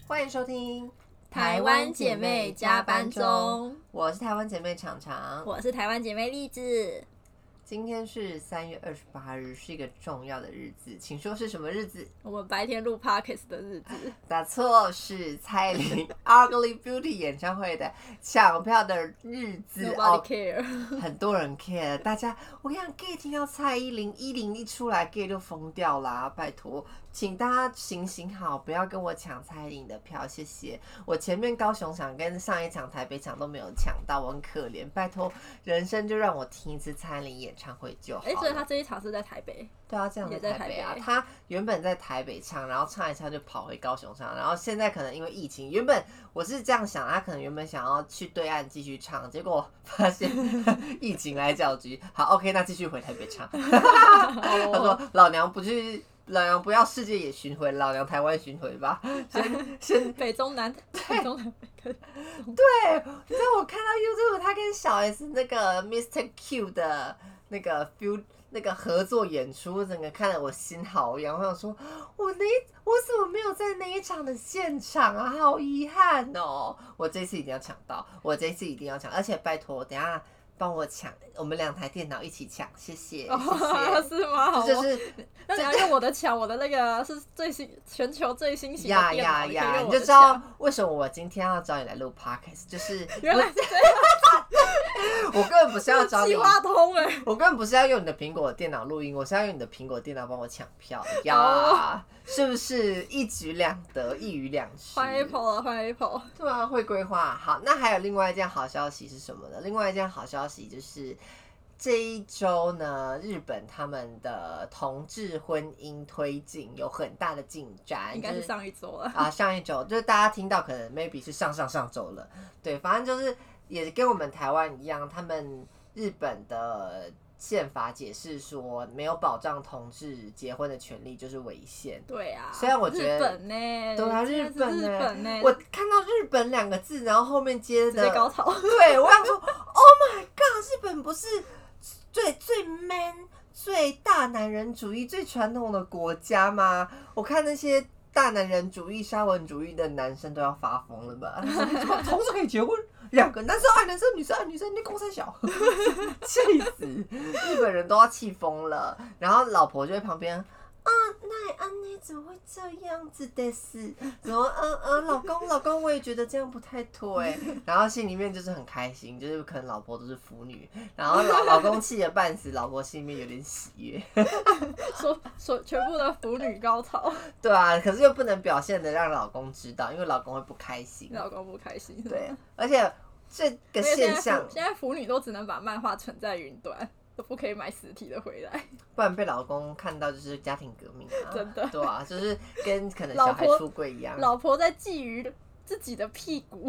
欢迎收听台湾姐妹加班中， 我是台湾姐妹常常， 我是台湾姐妹栗子。 今天是3月28日，是一个重要的日子，请说是什么日子？ 我们白天录 Podcast 的日子。 答错，是蔡依林 Ugly Beauty 演唱会的抢票的日子。 Nobody care， 很多人 care， 大家，我跟你讲 ，gay 听到蔡依林101一出来 ，gay 就疯掉啦！拜托，请大家行行好，不要跟我抢蔡依林的票，谢谢。我前面高雄场跟上一场台北场都没有抢到，我很可怜。拜托，人生就让我听一次蔡依林演唱会就好了。 所以他这一场是在台北。 对啊，这样在台北啊。他原本在台北唱，然后唱一唱就跑回高雄唱，然后现在可能因为疫情，原本我是这样想，他可能原本想要去对岸继续唱，结果发现疫情来搅局。好 ，OK， 那继续回台北唱。他说：“老娘不去。”老娘不要世界也巡回，老娘台湾巡回吧。先北中南，北中南。 对，你知道我看到 YouTube 他跟小 S 那个 Mr. Q 的那个 feel 那个合作演出，整个看得我心好痒。我想说，我怎么没有在那一场的现场啊？好遗憾哦！我这次一定要抢到，而且拜托，等一下。帮我抢，我们2台电脑一起抢，谢谢。 是吗？ 这就是那你要用我的抢，我的那个是全球最新型的电脑， 你就知道为什么我今天要找你来录 podcast， 就是原来是这样。 我根本不是要找你，我根本不是要用你的苹果电脑录音，我是要用你的苹果电脑帮我抢票呀，是不是一举两得，一鱼两吃？ 换 Apple 了，换 Apple。 对啊，会规划。好，那还有另外一件好消息是什么呢？另外一件好消息就是这一周呢，日本他们的同志婚姻推进有很大的进展， 应该是上一周了啊，上一周就是大家听到可能 maybe 是上周了，对，反正就是也跟我们台湾一样，他们日本的宪法解释说没有保障同志结婚的权利就是违宪。 对啊， 虽然我觉得日本呢， 对啊，日本呢，我看到日本2个字，然后后面接的高潮， 对，我想说 ，Oh my God， 日本不是最 man、最大男人主义、最传统的国家吗？我看那些大男人主义、沙文主义的男生都要发疯了吧？同时可以结婚，2个男生爱男生，女生爱女生，你公三小，气死！日本人都要气疯了，然后老婆就在旁边。那安妮怎么会这样子的事？怎么老公，我也觉得这样不太对。然后心里面就是很开心，就是可能老婆都是腐女，然后老公气得半死，老婆心里面有点喜悦。 说全部的腐女高潮。 对啊，可是又不能表现的让老公知道，因为老公会不开心。 老公不开心。 对，而且这个现象， 现在腐女都只能把漫画存在云端。都不可以买实体的回来， 不然被老公看到就是家庭革命啊！ 真的， 对啊，就是跟可能小孩出柜一样。 老婆在觊觎自己的屁股，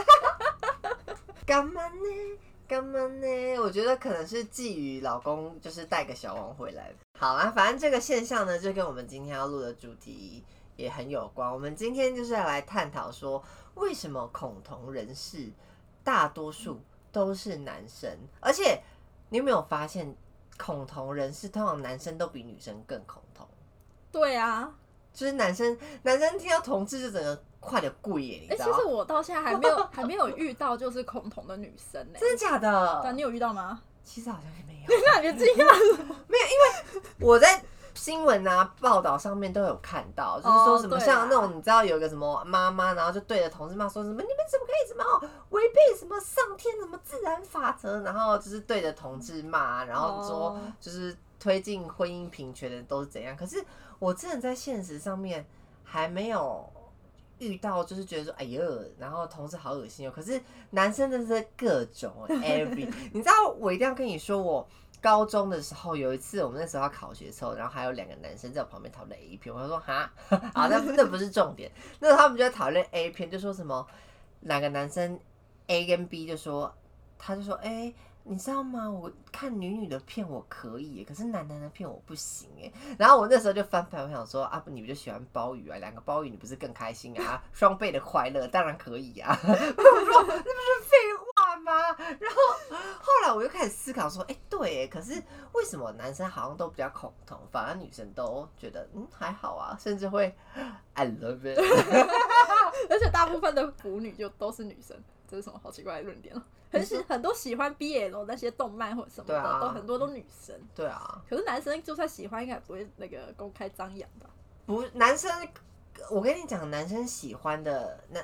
干嘛呢？我觉得可能是觊觎老公，就是带个小王回来。好啦，反正这个现象呢，就跟我们今天要录的主题也很有关。我们今天就是要来探讨说，为什么恐同人士大多数都是男生，而且。你有没有发现，恐同人士通常男生都比女生更恐同？ 对啊， 就是男生听到同志就整个快点跪耶，你知道吗？ 其实我到现在还没有遇到就是恐同的女生呢。 真的假的？ 对，你有遇到吗？ 其实好像是没有。 那你惊讶？ 没有，因为我在新闻啊报道上面都有看到，就是说什么像那种你知道有一个什么妈妈，然后就对着同事骂说什么你们怎么可以什么违背什么上天什么自然法则，然后就是对着同志骂，然后说就是推进婚姻平权的都是怎样。可是我真的在现实上面还没有遇到，就是觉得说哎呦，然后同志好恶心哦。可是男生真的是各种 every， 你知道我一定要跟你说我。高中的时候有一次，我们那时候要考学的时候，然后还有2个男生在我旁边讨论 A 片，我就说哈，好，那不是重点，那时候他们就在讨论 A 片，就说什么2个男生 A 跟 B 他就说你知道吗？我看女的片我可以，可是男的片我不行哎。然后我那时候就翻牌，我想说啊，不你们就喜欢鲍鱼啊，2个鲍鱼你不是更开心啊？双倍的快乐当然可以啊。我说那不是废话吗？然后后来来我就开始思考说，对耶，可是为什么男生好像都比较恐同，反而女生都觉得还好啊，甚至会 I love it 而且大部分的腐女就都是女生，这是什么好奇怪的论点哦？很多喜欢 BL 那些动漫或者什么的，都很多都女生。 对啊， 可是男生就算喜欢，应该也不会那个公开张扬吧？ 不，男生，我跟你讲，男生喜欢的那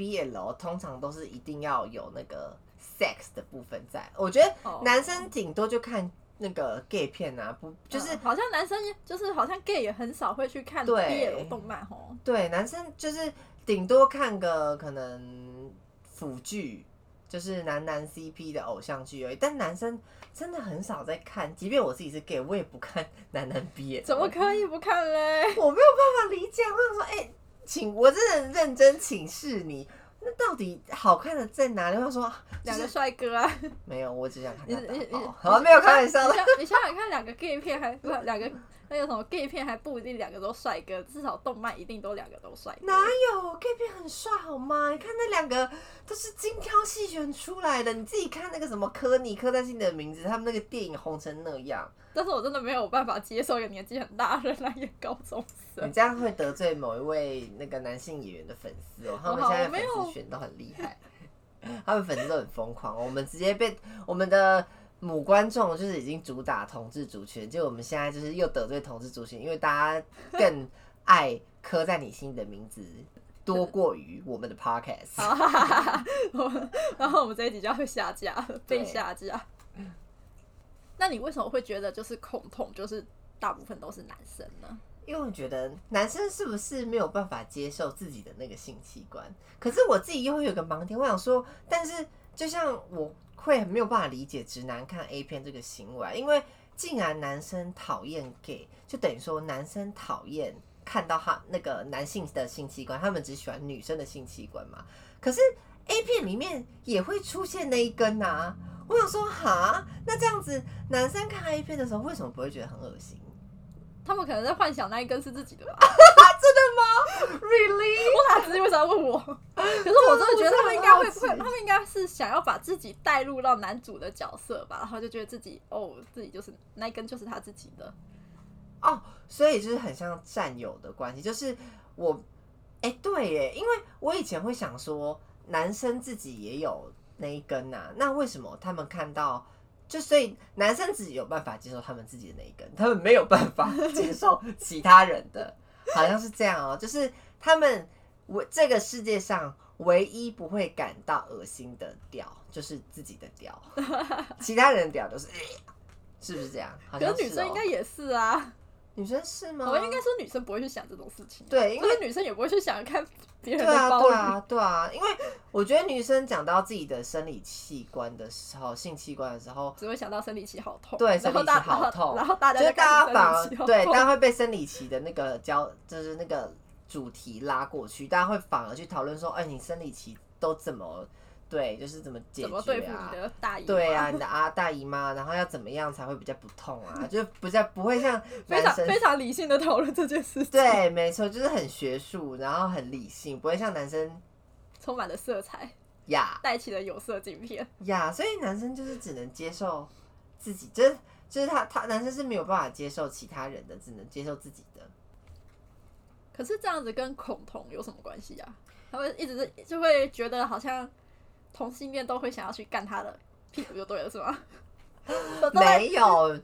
BL 通常都是一定要有那个 sex 的部分在。我觉得男生顶多就看那个 gay 片啊，不就是好像男生就是好像 gay 也很少会去看 BL 动漫哦。 对，男生就是顶多看个可能腐剧。就是男 CP 的偶像剧而已，但男生真的很少在看，即便我自己是 gay， 我也不看男 BL。 怎么可以不看嘞？ 我没有办法理解。我想说，我真的认真请示你，那到底好看的在哪里？我想说， 两个帅哥啊， 没有，我只想看他打炮。好，没有开玩笑的。 你想想看，两个 gay 片还不是两个。那个什么 gay 片还不一定两个都帅哥，至少动漫一定都两个都帅哥。 哪有 gay 片很帅好吗？你看那两个都是精挑细选出来的。你自己看那个什么柯在新的名字，他们那个电影红成那样。 但是我真的没有办法接受一个年纪很大的人来演高中生。 你这样会得罪某一位那个男性演员的粉丝哦，他们现在粉丝群都很厉害，他们粉丝都很疯狂。我们直接被我们的母观众就是已经主打同志族群，结果我们现在就是又得罪同志族群，因为大家更爱刻在你心的名字多过于我们的 podcast。 然后我们这一集就要被下架了，被下架。那你为什么会觉得就是恐同就是大部分都是男生呢？ 因为我觉得男生是不是没有办法接受自己的那个性器官？可是我自己又会有个盲点，我想说，但是就像我会没有办法理解直男看 A 片这个行为，因为既然男生讨厌 gay， 就等于说男生讨厌看到他那个男性的性器官，他们只喜欢女生的性器官嘛。可是 A 片里面也会出现那一根啊，我想说哈，那这样子男生看 A 片的时候，为什么不会觉得很恶心？ 他们可能在幻想那一根是自己的吧？ 真的吗 ？Really？ 我哪知为啥要问我？可是我真的觉得他们应该他们应该是想要把自己带入到男主的角色吧，然后就觉得自己自己就是那一根就是他自己的。 所以就是很像战友的关系，就是我，对耶，因为我以前会想说，男生自己也有那一根啊，那为什么他们看到？就所以男生自己有办法接受他们自己的那一根，他们没有办法接受其他人的，好像是这样哦。就是他们这个世界上唯一不会感到恶心的屌，就是自己的屌，其他人的屌都是，是不是这样？好像可是女生应该也是啊。 女生是吗？ 我应该说女生不会去想这种事情， 对，因为女生也不会去想看别人的包鱼。对啊，因为我觉得女生讲到自己的生理器官的时候，性器官的时候， 只会想到生理期好痛。 对，生理期好痛， 然后大家就大家反而对，大家会被生理期的那个就是那个主题拉过去，大家会反而去讨论说，你生理期都怎么？对，就是怎么解决啊？ 怎么对付你的大姨妈？ 对啊，你的大姨妈，然后要怎么样才会比较不痛啊？就不会像男生非常理性的讨论这件事情。 对，没错，就是很学术，然后很理性，不会像男生充满了色彩呀， 带起了有色镜片呀，所以男生就是只能接受自己，就是他男生是没有办法接受其他人的，只能接受自己的。 可是这样子跟恐同有什么关系啊？他会一直就会觉得好像同性恋都会想要去干他的屁股就对了，是吗？ 没有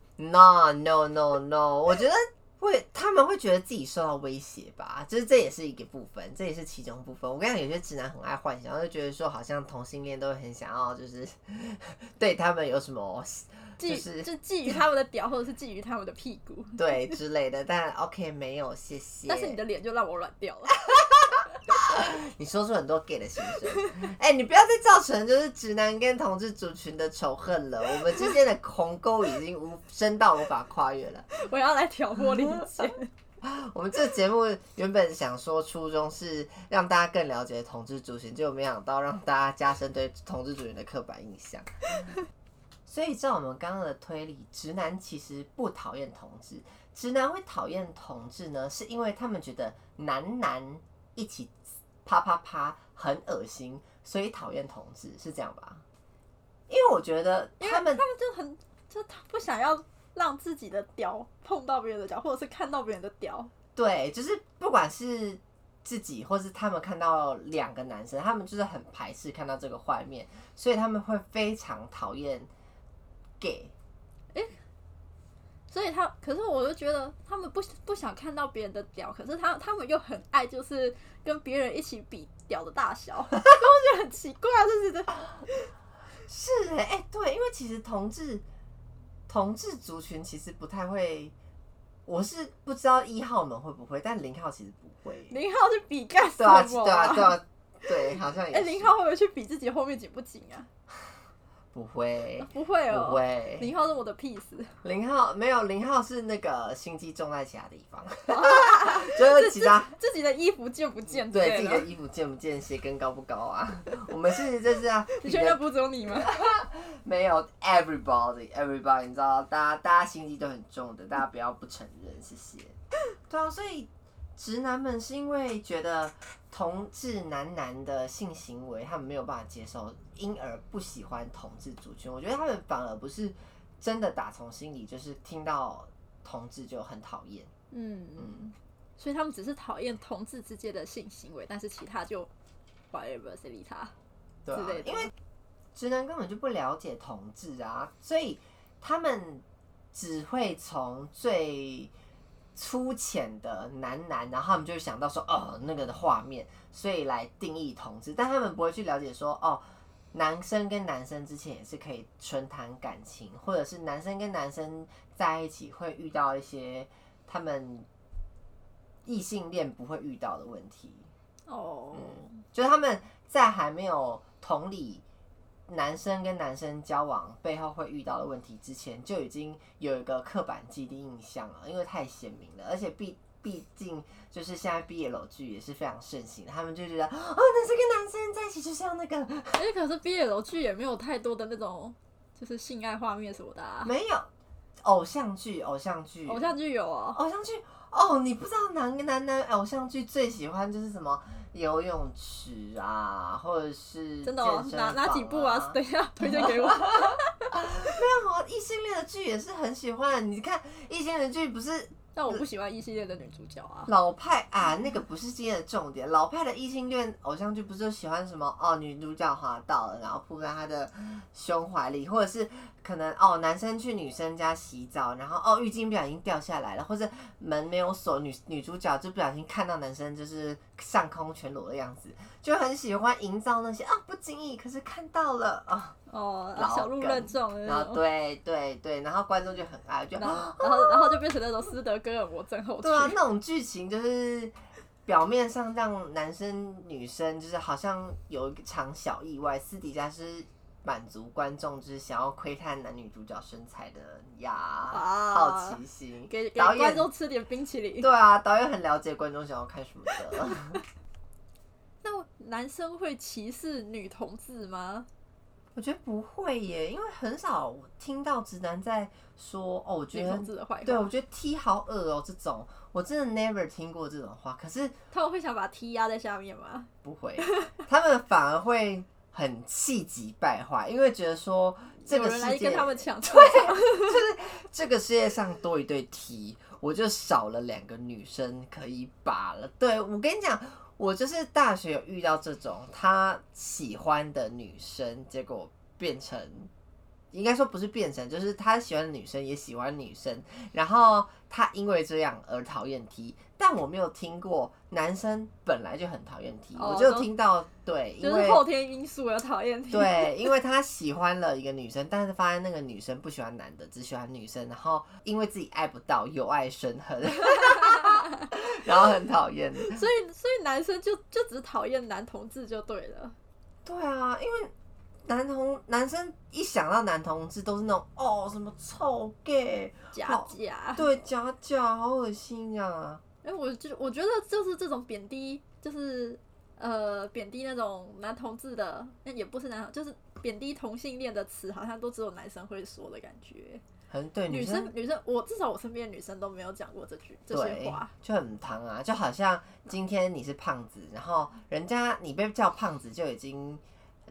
，no， 我觉得他们会觉得自己受到威胁吧，就是这也是一个部分，这也是其中部分。我跟你讲，有些直男很爱幻想，就觉得说好像同性恋都很想要，就是对他们有什么。就觊觎他们的屌，或者是觊觎他们的屁股， 对之类的。但 OK 没有，谢谢。 但是你的脸就让我软掉了。 你说出很多 gay 的心声，你不要再造成就是直男跟同志族群的仇恨了。我们之间的鸿沟已经深到无法跨越了。 我要来挑拨离间。 我们这个节目原本想说初衷是让大家更了解同志族群，结果没想到让大家加深对同志族群的刻板印象。所以照我们刚刚的推理，直男其实不讨厌同志，直男会讨厌同志呢，是因为他们觉得男一起啪啪啪很恶心，所以讨厌同志，是这样吧？ 因为我觉得他们就不想要让自己的屌碰到别人的屌，或者是看到别人的屌。 对，就是不管是自己或是他们看到2个男生，他们就是很排斥看到这个画面，所以他们会非常讨厌 gay。 所以可是我就觉得他们不想看到别人的屌，可是他们又很爱，就是跟别人一起比屌的大小，我觉得很奇怪，就是的。 是对，因为其实同志族群其实不太会，我是不知道1号们会不会，但0号其实不会。 0号去比干什么？ 对，好像也是。 0号会不会去比自己后面紧不紧啊？ 不会， 不会哦， 不会。 0号是我的屁事。 0号没有，0号是那个心机重在其他地方，就是其他自己的衣服见不见， 对自己的衣服见不见，鞋跟高不高啊？我们就是啊， 你确定不只有你吗？ 没有 everybody， 你知道，大家心机都很重的，大家不要不承认，谢谢。对啊，所以直男们是因为觉得同志男的性行为他们没有办法接受，因而不喜欢同志族群。我觉得他们反而不是真的打从心里就是听到同志就很讨厌。 所以他们只是讨厌同志之间的性行为，但是其他就 whatever 谁理他之类的。 因为直男根本就不了解同志啊，所以他们只会从最粗浅的男，然后他们就会想到说那个的画面，所以来定义同志，但他们不会去了解说男生跟男生之前也是可以纯谈感情，或者是男生跟男生在一起会遇到一些他们异性恋不会遇到的问题。就是他们在还没有同理男生跟男生交往背后会遇到的问题之前，就已经有一个刻板既定印象了，因为太鲜明了，而且毕竟就是现在 BL 剧也是非常盛行的，他们就觉得男生跟男生在一起就是要那个， 可是 BL 剧也没有太多的那种就是性爱画面什么的啊。 没有，偶像剧有偶像剧你不知道男偶像剧最喜欢就是什么游泳池啊，或者是真的健身房啊， 哪几部啊？等一下推荐给我。 没有异性恋的剧也是很喜欢。你看异性恋的剧不是？ 但我不喜欢异性恋的女主角啊。 老派啊，那个不是今天的重点。老派的异性恋偶像剧不是就喜欢什么女主角滑倒了，然后扑在她的胸怀里，或者是可能男生去女生家洗澡，然后浴巾不小心掉下来了，或者门没有锁，女主角就不小心看到男生就是上空全裸的样子，就很喜欢营造那些不经意可是看到了小鹿乱撞的那种。 然后对，然后观众就很爱，就然后就变成那种斯德哥尔摩症候群。 对啊，那种剧情就是表面上让男生女生就是好像有一场小意外，私底下是满足观众就是想要窥探男女主角身材的好奇心， 给观众吃点冰淇淋。 对啊，导演很了解观众想要看什么的。 那男生会歧视女同志吗？ 我觉得不会耶，因为很少听到直男在说我觉得女同志的坏话。 对，我觉得 T 好恶这种，我真的 never 听过这种话。可是他们会想把 T 压在下面吗？ 不会，他们反而会很气急败坏，因为觉得说这个世界有人来跟他们抢， 对，就是这个世界上多一对 T， 我就少了2个女生可以把了。对，我跟你讲。我就是大学有遇到这种他喜欢的女生，结果变成，应该说不是变成，就是他喜欢的女生也喜欢女生，然后他因为这样而讨厌 T， 但我没有听过男生本来就很讨厌 T， 我就听到对， 就是后天因素而讨厌 T， 对，因为他喜欢了一个女生，但是发现那个女生不喜欢男的，只喜欢女生，然后因为自己爱不到，有爱生恨。然后很讨厌， 所以男生就只是讨厌男同志就对了。 对啊，因为男生一想到男同志都是那种什么臭 gay 假， 对假，好恶心啊！ 我觉得就是这种贬低，就是贬低那种男同志的，也不是男同，就是贬低同性恋的词，好像都只有男生会说的感觉。 对女生， 至少我身边的女生都没有讲过这些话， 就很糖啊，就好像今天你是胖子，然后人家你被叫胖子就已经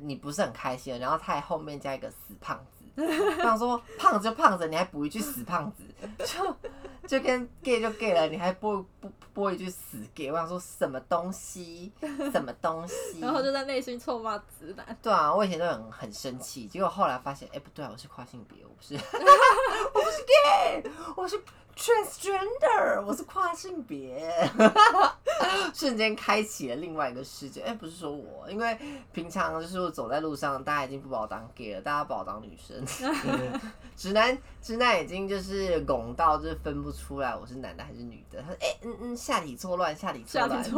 你不是很开心了，然后他还后面加一个死胖子，我想说胖子就胖子，你还补一句死胖子，就跟 gay 就 gay 了，你还播一句死 gay， 我想说什么东西，什么东西， 然后就在内心臭骂直男。 对啊，我以前都很生气，结果后来发现，不对啊，我是跨性别，我不是我不是 gay， 我是 transgender， 我是跨性别，瞬間开启了另外一个世界。不是说我，因为平常就是我走在路上，大家已经不把我当 gay 了，大家把我当女生。直男已经就是拱到就是分不出来我是男的还是女的。他说下体错乱，下体错乱。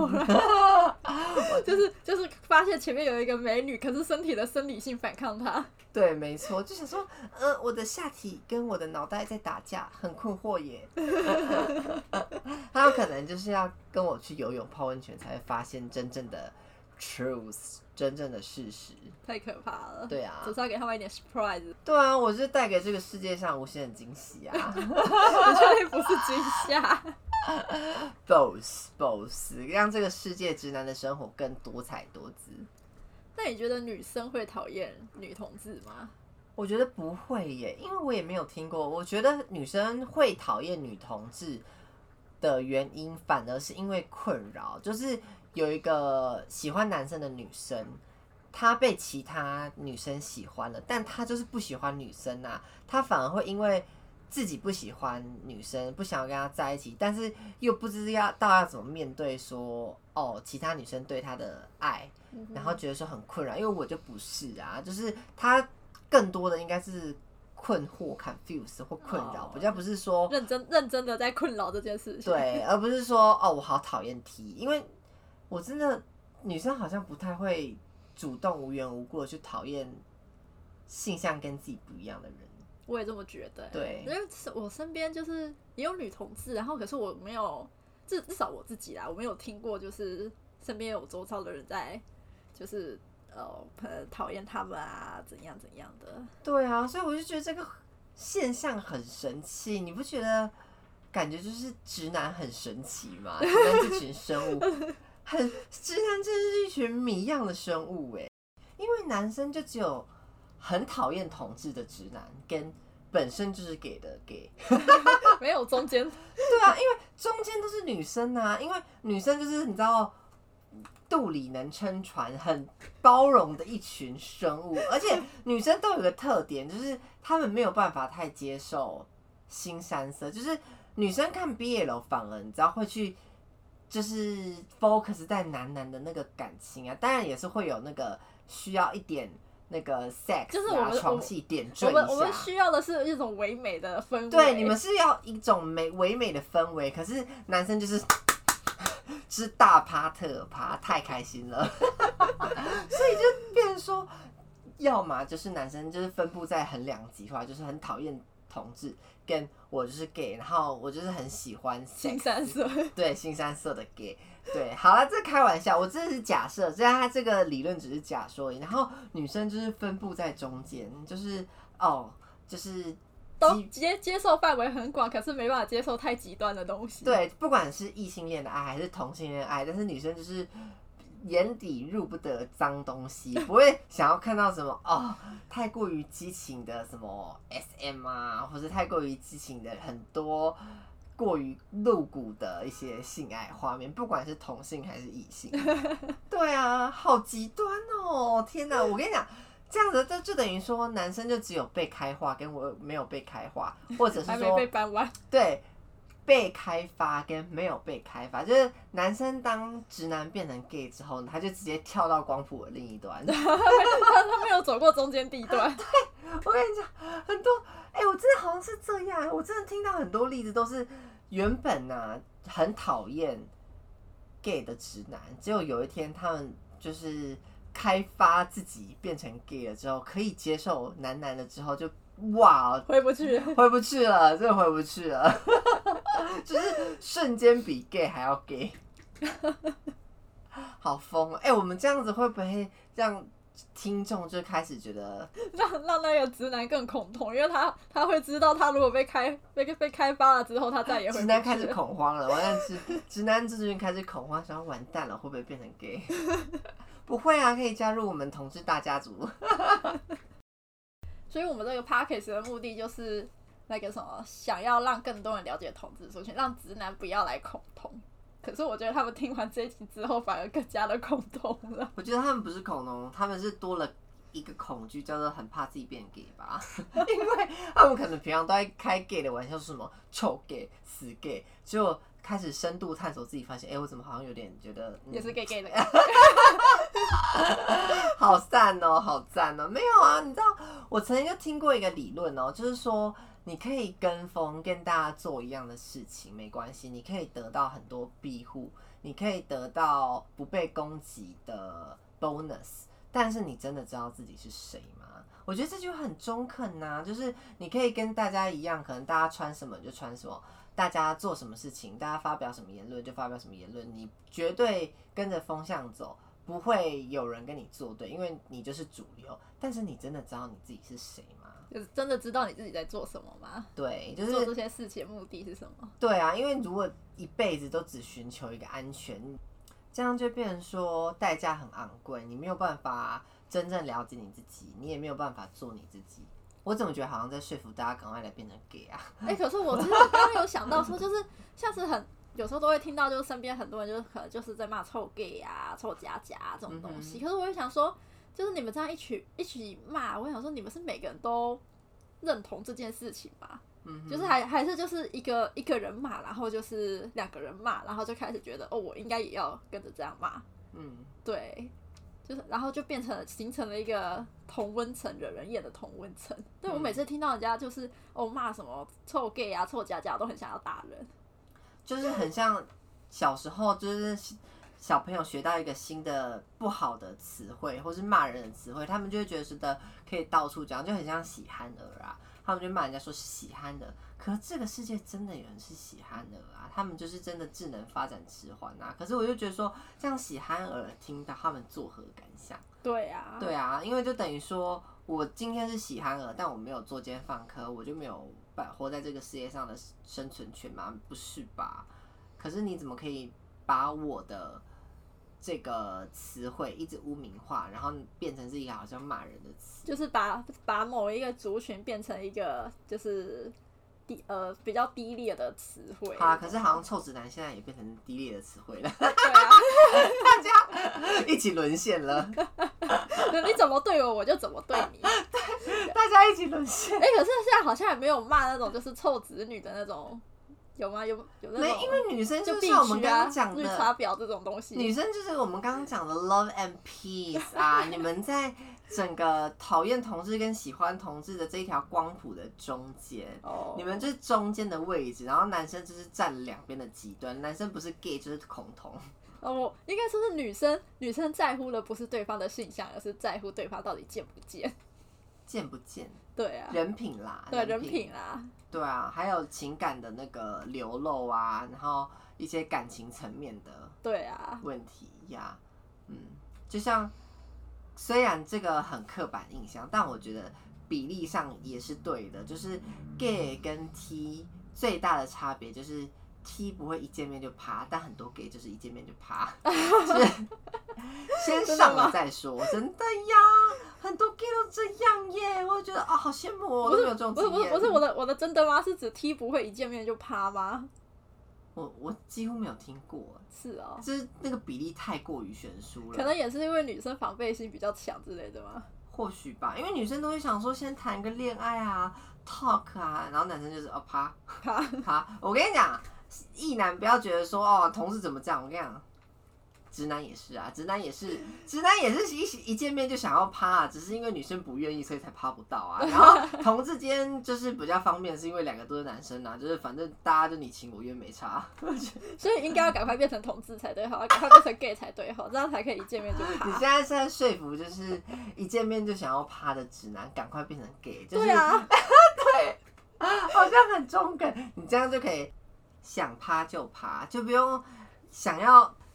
就是发现前面有一个美女，可是身体的生理性反抗她。 对，没错，就想说，我的下体跟我的脑袋在打架，很困惑耶。他有可能就是要跟我去游泳、泡温泉，才会发现真正的 truth， 真正的事实。 太可怕了。 对啊， 总是要给他们一点 surprise。 对啊，我是带给这个世界上无限的惊喜啊！ 我确定不是惊吓。 both， 让这个世界直男的生活更多彩多姿。 那你觉得女生会讨厌女同志吗？ 我觉得不会耶，因为我也没有听过。我觉得女生会讨厌女同志的原因，反而是因为困扰，就是有一个喜欢男生的女生，她被其他女生喜欢了，但她就是不喜欢女生啊，她反而会因为自己不喜欢女生，不想要跟她在一起，但是又不知道要怎么面对说其他女生对她的爱，然后觉得说很困扰，因为我就不是啊，就是她更多的应该是困惑、confuse 或困扰，比较不是说认真的在困扰这件事情。 对，而不是说我好讨厌 T， 因为我真的女生好像不太会主动无缘无故的去讨厌性向跟自己不一样的人。 我也这么觉得。 对， 因为我身边就是也有女同志，然后可是我没有，至少我自己啦，我没有听过就是身边有周遭的人在就是讨厌他们啊，怎样怎样的。对啊，所以我就觉得这个现象很神奇，你不觉得？感觉就是直男很神奇嘛，直男这群生物，直男真是一群谜样的生物哎。因为男生就只有很讨厌同志的直男，跟本身就是gay的gay， 没有中间。 对啊，因为中间都是女生啊，因为女生就是你知道。肚里能撑船，很包容的一群生物，而且女生都有个特点，就是她们没有办法太接受腥膻色，就是女生看 BL 反而你知道会去就是 focus 在男的那个感情啊，当然也是会有那个需要一点那个 sex 啊床戏点缀一下。 我们需要的是一种唯美的氛围。 对，你们是要一种唯美的氛围，可是男生就是大趴特趴，太开心了，所以就变成说，要么就是男生就是分布在很两极化，就是很讨厌同志，跟我就是 gay， 然后我就是很喜欢腥膻色， 对腥膻色的 gay， 对，好了，这开玩笑，我真的是假设，虽然他这个理论只是假说而已，然后女生就是分布在中间，就是就是。 都接受范围很广，可是没办法接受太极端的东西。 对，不管是异性恋的爱还是同性恋的爱，但是女生就是眼底入不得脏东西，不会想要看到什么太过于激情的什么 SM 啊，或者太过于激情的很多过于露骨的一些性爱画面，不管是同性还是异性。对啊，好极端哦！天哪，我跟你讲。这样子就等于说，男生就只有被开化跟我没有被开化，或者是说还没被搬完。 对，被开发跟没有被开发，就是男生当直男变成 gay 之后，他就直接跳到光谱的另一端。 他没有走过中间地段。 对，我跟你讲，很多我真的好像是这样，我真的听到很多例子都是原本很讨厌 gay 的直男，结果有一天他们就是。开发自己变成 gay 了之后，可以接受男的之后就哇， 回不去了，真的回不去了，就是瞬间比 gay 还要 gay， 好疯啊！我们这样子会不会让听众就开始觉得让那个直男更恐同，因为他会知道，他如果被开发了之后，他再也会直男开始恐慌了。完了，直男这边开始恐慌，想要完蛋了，会不会变成 gay？ 不会啊，可以加入我们同志大家族。 所以我们这个 podcast 的目的就是那个什么，想要让更多人了解同志族群，让直男不要来恐同。可是我觉得他们听完这一集之后，反而更加的恐同了。 我觉得他们不是恐同，他们是多了一个恐惧，叫做很怕自己变 gay 吧。因为他们可能平常都在开 gay 的玩笑，是什么臭 gay、死 gay， 结果开始深度探索自己，发现，我怎么好像有点觉得， 也是 gay 的。 好赞哦，好赞哦！没有啊，你知道，我曾经就听过一个理论哦，就是说。你可以跟风跟大家做一样的事情，没关系，你可以得到很多庇护，你可以得到不被攻击的 bonus， 但是你真的知道自己是谁吗？我觉得这就很中肯啊，就是你可以跟大家一样，可能大家穿什么就穿什么，大家做什么事情，大家发表什么言论就发表什么言论，你绝对跟着风向走，不会有人跟你作对，因为你就是主流。但是你真的知道你自己是谁吗？ 就是真的知道你自己在做什么吗？ 对，就是做这些事情的目的是什么？ 对啊，因为如果一辈子都只寻求一个安全，这样就变成说代价很昂贵，你没有办法真正了解你自己，你也没有办法做你自己。我怎么觉得好像在说服大家赶快来变成 gay 啊？ 可是我其实刚刚有想到说，就是像是有时候都会听到，就是身边很多人就是可能就是在骂臭 gay 啊、臭假假这种东西。可是我会想说，就是你们这样一起骂，我想说你们是每个人都认同这件事情吗？就是还是就是一个人骂，然后就是2个人骂，然后就开始觉得我应该也要跟着这样骂。对，就是然后就形成了一个同温层，惹人厌的同温层。对，我每次听到人家就是骂什么臭 gay 啊、臭假假，都很想要打人。 就是很像小时候，就是小朋友学到一个新的不好的词汇，或是骂人的词汇，他们就会觉得可以到处讲，就很像喜憨儿啊。他们就骂人家说是喜憨儿，可是这个世界真的有人是喜憨儿啊？他们就是真的智能发展迟缓啊。可是我就觉得说，这样喜憨儿听到他们作何感想？ 对啊， 对啊，因为就等于说我今天是喜憨儿，但我没有作奸犯科，我就没有活在这个世界上的生存权吗？不是吧？可是你怎么可以把我的这个词汇一直污名化，然后变成是一个好像骂人的词？ 就是把某一个族群变成一个就是比较低劣的词汇。 好啊，可是好像臭直男现在也变成低劣的词汇了。 对啊， 大家一起沦陷了。 你怎么对我，我就怎么对你。 大家一起沦陷。 可是现在好像也没有骂那种就是臭直女的那种。有吗？有那种？ 没，因为女生就像我们刚刚讲的绿茶婊这种东西， 女生就是我们刚刚讲的 love and peace 啊。你们在整个讨厌同志跟喜欢同志的这一条光谱的中间，你们就是中间的位置，然后男生就是站两边的极端，男生不是 gay 就是恐同。 应该说是女生在乎的不是对方的性向，而是在乎对方到底贱不贱。 贱不贱？ 对啊， 人品啦， 对人品啦。 对啊，还有情感的那个流露啊，然后一些感情层面的对啊问题呀，就像虽然这个很刻板印象，但我觉得比例上也是对的，就是 gay 跟 T 最大的差别就是 T 不会一见面就趴，但很多 gay 就是一见面就趴，就是先上了再说，真的呀。很多 gay 都这样耶，我就觉得好羡慕哦，我都没有这种经验。 不是我的真的吗？是指 T 不会一见面就趴吗？ 我几乎没有听过。 是哦， 就是那个比例太过于悬殊了。 可能也是因为女生防备心比较强之类的吗？ 或许吧，因为女生都会想说先谈个恋爱啊 ，talk 啊，然后男生就是趴。我跟你讲，异男不要觉得说同志怎么这样，我跟你讲。直男也是啊，直男也是一见面就想要趴啊，只是因为女生不愿意，所以才趴不到啊。然后同志间就是比较方便，是因为2个都是男生啊，就是反正大家就你情我愿没差。 所以应该要赶快变成同志才对好，赶快变成 gay 才对好，这样才可以一见面就趴。 你现在是在说服就是一见面就想要趴的直男，赶快变成 gay， 就是对啊， 对，好像很中肯，你这样就可以想趴就趴，就不用想要。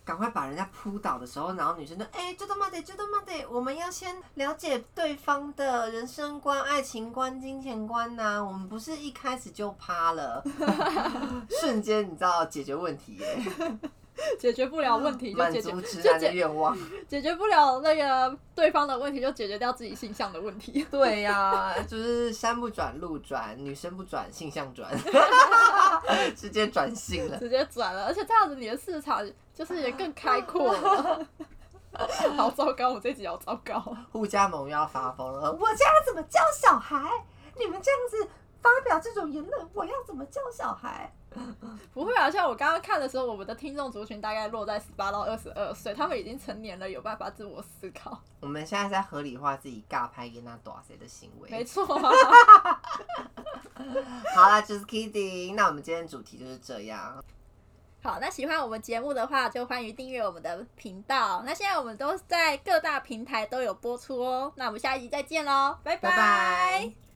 赶快把人家扑倒的时候，然后女生就ちょっと待ってちょっと待って，我们要先了解对方的人生观、爱情观、金钱观呐、我们不是一开始就趴了，瞬间你知道解决问题耶。 解决不了问题就解决， 满足直男的愿望， 解决不了那个对方的问题就解决掉自己性向的问题。 对呀、就是山不转路转，女生不转性向转，直接转性了， 直接转了，而且这样子你的市场就是也更开阔了。好糟糕，我这集好糟糕。 互加盟又要发疯了，我这样怎么教小孩？你们这样子发表这种言论，我要怎么教小孩？ 不会啊，像我刚刚看的时候，我们的听众族群大概落在18到22岁，他们已经成年了，有办法自我思考。 我们现在在合理化自己尬拍给那大谁的行为。 没错、 好啦，就是 kidding。那我们今天主题就是这样。 好，那喜欢我们节目的话，就欢迎订阅我们的频道。那现在我们都在各大平台都有播出哦。那我们下一集再见喽，拜拜拜。